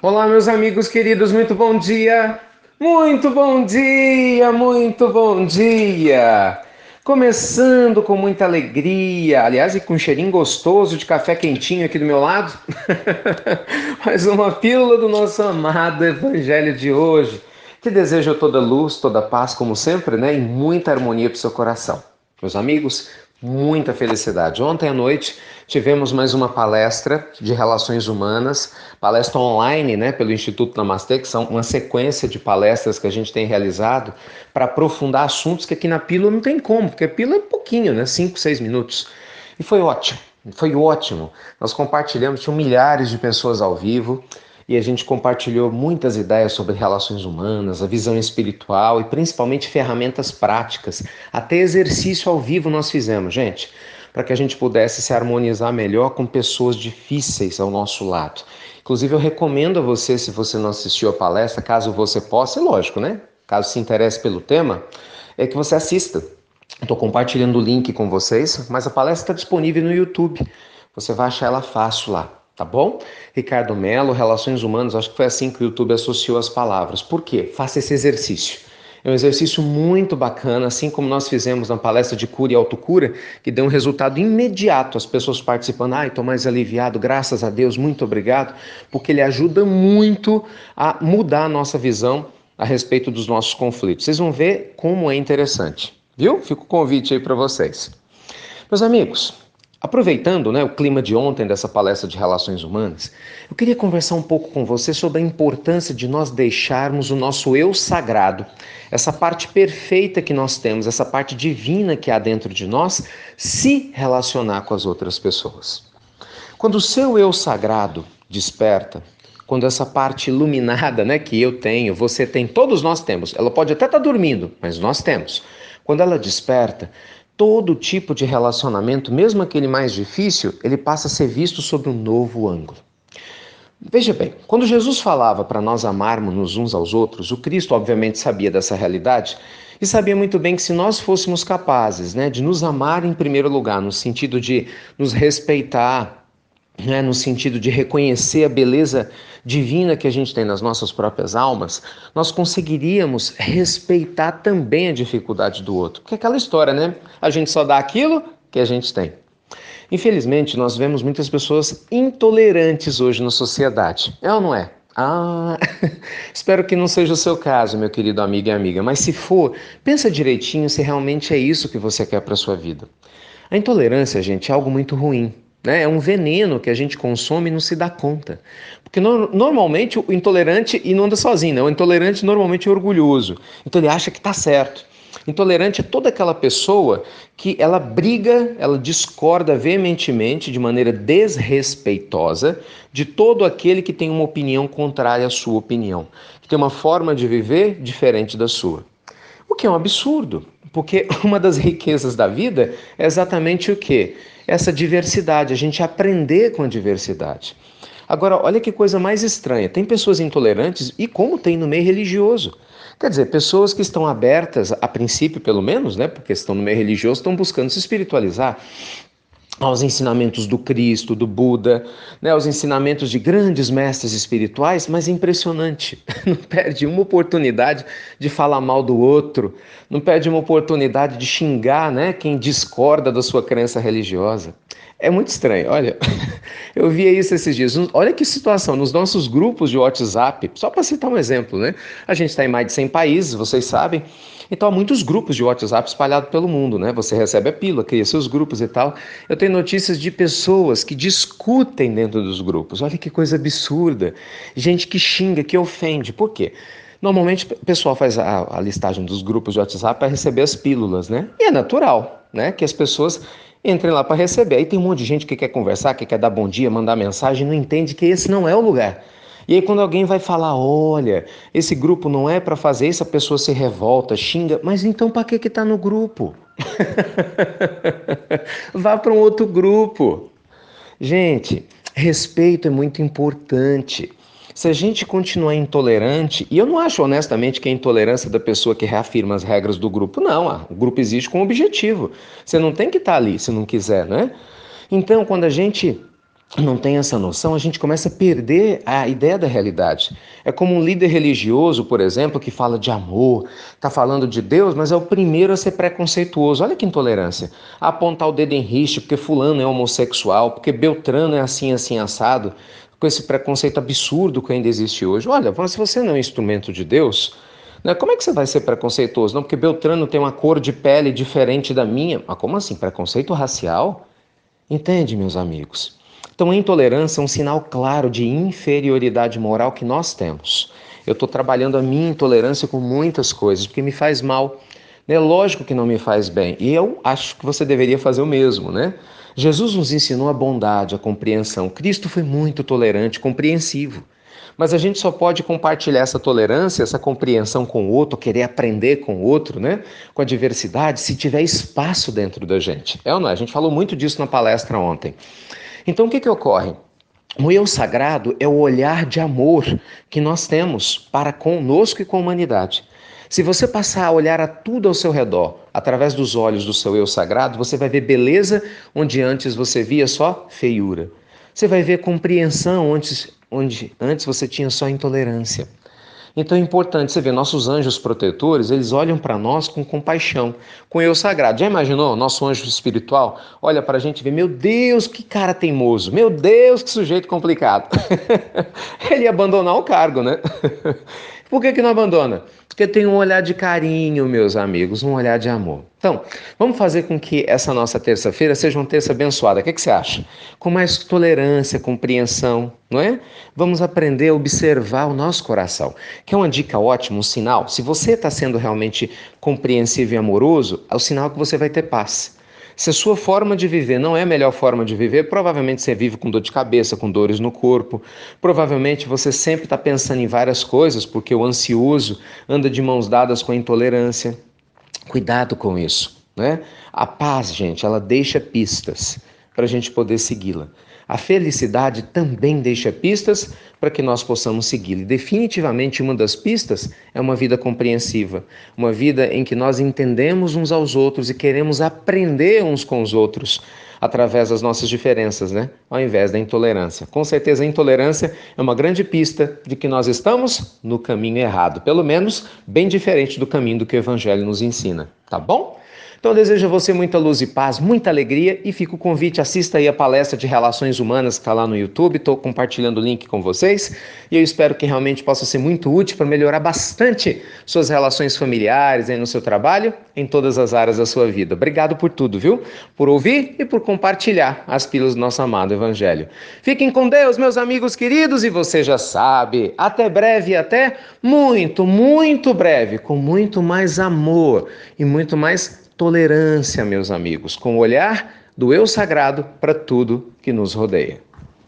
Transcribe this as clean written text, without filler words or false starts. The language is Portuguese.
Olá, meus amigos queridos, muito bom dia! Muito bom dia, muito bom dia! Começando com muita alegria, aliás, e com um cheirinho gostoso de café quentinho aqui do meu lado. Mais uma pílula do nosso amado Evangelho de hoje. Te desejo toda luz, toda paz, como sempre, né? E muita harmonia para o seu coração. Meus amigos, muita felicidade. Ontem à noite tivemos mais uma palestra de relações humanas, palestra online, né, pelo Instituto Namastê, que são uma sequência de palestras que a gente tem realizado para aprofundar assuntos que aqui na pílula não tem como, porque a pílula é pouquinho, né, 5, 6 minutos. E foi ótimo. Foi ótimo. Nós compartilhamos, tinham milhares de pessoas ao vivo e a gente compartilhou muitas ideias sobre relações humanas, a visão espiritual e principalmente ferramentas práticas. Até exercício ao vivo nós fizemos, gente, para que a gente pudesse se harmonizar melhor com pessoas difíceis ao nosso lado. Inclusive, eu recomendo a você, se você não assistiu a palestra, caso você possa, e lógico, né? Caso se interesse pelo tema, é que você assista. Estou compartilhando o link com vocês, mas a palestra está disponível no YouTube. Você vai achar ela fácil lá, tá bom? Ricardo Mello, Relações Humanas, acho que foi assim que o YouTube associou as palavras. Por quê? Faça esse exercício. É um exercício muito bacana, assim como nós fizemos na palestra de cura e autocura, que deu um resultado imediato, as pessoas participando, ai, estou mais aliviado, graças a Deus, muito obrigado, porque ele ajuda muito a mudar a nossa visão a respeito dos nossos conflitos. Vocês vão ver como é interessante. Viu? Fica o convite aí para vocês. Meus amigos, aproveitando, né, o clima de ontem dessa palestra de relações humanas, eu queria conversar um pouco com você sobre a importância de nós deixarmos o nosso eu sagrado, essa parte perfeita que nós temos, essa parte divina que há dentro de nós, se relacionar com as outras pessoas. Quando o seu eu sagrado desperta, quando essa parte iluminada, né, que eu tenho, você tem, todos nós temos, ela pode até estar dormindo, mas nós temos. Quando ela desperta, todo tipo de relacionamento, mesmo aquele mais difícil, ele passa a ser visto sob um novo ângulo. Veja bem, quando Jesus falava para nós amarmos uns aos outros, o Cristo obviamente sabia dessa realidade e sabia muito bem que se nós fôssemos capazes, né, de nos amar em primeiro lugar, no sentido de nos respeitar, né, no sentido de reconhecer a beleza divina que a gente tem nas nossas próprias almas, nós conseguiríamos respeitar também a dificuldade do outro. Porque é aquela história, né? A gente só dá aquilo que a gente tem. Infelizmente, nós vemos muitas pessoas intolerantes hoje na sociedade. É ou não é? Ah, espero que não seja o seu caso, meu querido amigo e amiga, mas se for, pensa direitinho se realmente é isso que você quer para sua vida. A intolerância, gente, é algo muito ruim, né? É um veneno que a gente consome e não se dá conta. Porque normalmente o intolerante, e não anda sozinho, né? O intolerante normalmente é orgulhoso. Então ele acha que está certo. Intolerante é toda aquela pessoa que ela briga, ela discorda veementemente, de maneira desrespeitosa, de todo aquele que tem uma opinião contrária à sua opinião, que tem uma forma de viver diferente da sua. O que é um absurdo, porque uma das riquezas da vida é exatamente o quê? Essa diversidade, a gente aprender com a diversidade. Agora, olha que coisa mais estranha. Tem pessoas intolerantes e como tem no meio religioso. Quer dizer, pessoas que estão abertas, a princípio pelo menos, né, porque estão no meio religioso, estão buscando se espiritualizar aos ensinamentos do Cristo, do Buda, né, aos ensinamentos de grandes mestres espirituais, mas é impressionante. Não perde uma oportunidade de falar mal do outro, não perde uma oportunidade de xingar, né, quem discorda da sua crença religiosa. É muito estranho, olha, eu via isso esses dias. Olha que situação, nos nossos grupos de WhatsApp, só para citar um exemplo, né? A gente está em mais de 100 países, vocês sabem, então há muitos grupos de WhatsApp espalhados pelo mundo, né? Você recebe a pílula, cria seus grupos e tal. Eu tenho notícias de pessoas que discutem dentro dos grupos. Olha que coisa absurda. Gente que xinga, que ofende. Por quê? Normalmente o pessoal faz a listagem dos grupos de WhatsApp para receber as pílulas, né? E é natural, né? Que as pessoas entrem lá para receber. Aí tem um monte de gente que quer conversar, que quer dar bom dia, mandar mensagem, não entende que esse não é o lugar. E aí quando alguém vai falar, olha, esse grupo não é para fazer isso, a pessoa se revolta, xinga, mas então para que está no grupo? Vá para um outro grupo. Gente, respeito é muito importante. Se a gente continuar intolerante, e eu não acho honestamente que é a intolerância da pessoa que reafirma as regras do grupo, não. O grupo existe com um objetivo. Você não tem que estar ali se não quiser, né? Então, quando a gente não tem essa noção, a gente começa a perder a ideia da realidade. É como um líder religioso, por exemplo, que fala de amor, está falando de Deus, mas é o primeiro a ser preconceituoso. Olha que intolerância. A apontar o dedo em riste porque fulano é homossexual, porque Beltrano é assim, assim, assado, com esse preconceito absurdo que ainda existe hoje. Olha, mas se você não é um instrumento de Deus, né, como é que você vai ser preconceituoso? Não, porque Beltrano tem uma cor de pele diferente da minha. Mas como assim? Preconceito racial? Entende, meus amigos? Então, a intolerância é um sinal claro de inferioridade moral que nós temos. Eu estou trabalhando a minha intolerância com muitas coisas, porque me faz mal. É lógico que não me faz bem. E eu acho que você deveria fazer o mesmo, né? Jesus nos ensinou a bondade, a compreensão. Cristo foi muito tolerante, compreensivo. Mas a gente só pode compartilhar essa tolerância, essa compreensão com o outro, querer aprender com o outro, né? Com a diversidade, se tiver espaço dentro da gente. É ou não é? A gente falou muito disso na palestra ontem. Então, o que ocorre? O eu sagrado é o olhar de amor que nós temos para conosco e com a humanidade. Se você passar a olhar a tudo ao seu redor, através dos olhos do seu eu sagrado, você vai ver beleza onde antes você via só feiura. Você vai ver compreensão onde antes você tinha só intolerância. Então é importante você ver, nossos anjos protetores, eles olham para nós com compaixão, com o eu sagrado. Já imaginou? Nosso anjo espiritual olha para a gente e vê, meu Deus, que cara teimoso, meu Deus, que sujeito complicado. Ele ia abandonar o cargo, né? Por que não abandona? Porque tem um olhar de carinho, meus amigos, um olhar de amor. Então, vamos fazer com que essa nossa terça-feira seja uma terça abençoada. O que você acha? Com mais tolerância, compreensão, não é? Vamos aprender a observar o nosso coração, que é uma dica ótima, um sinal. Se você está sendo realmente compreensivo e amoroso, é o sinal que você vai ter paz. Se a sua forma de viver não é a melhor forma de viver, provavelmente você vive com dor de cabeça, com dores no corpo. Provavelmente você sempre está pensando em várias coisas, porque o ansioso anda de mãos dadas com a intolerância. Cuidado com isso, né? A paz, gente, ela deixa pistas para a gente poder segui-la. A felicidade também deixa pistas para que nós possamos segui-la. E definitivamente uma das pistas é uma vida compreensiva, uma vida em que nós entendemos uns aos outros e queremos aprender uns com os outros através das nossas diferenças, né? Ao invés da intolerância. Com certeza a intolerância é uma grande pista de que nós estamos no caminho errado, pelo menos bem diferente do caminho do que o Evangelho nos ensina, tá bom? Então eu desejo a você muita luz e paz, muita alegria e fica o convite, assista aí a palestra de Relações Humanas que está lá no YouTube, estou compartilhando o link com vocês e eu espero que realmente possa ser muito útil para melhorar bastante suas relações familiares aí no seu trabalho, em todas as áreas da sua vida. Obrigado por tudo, viu? Por ouvir e por compartilhar as pílulas do nosso amado Evangelho. Fiquem com Deus, meus amigos queridos, e você já sabe, até breve, até muito, muito breve, com muito mais amor e muito mais tolerância, meus amigos, com o olhar do eu sagrado para tudo que nos rodeia.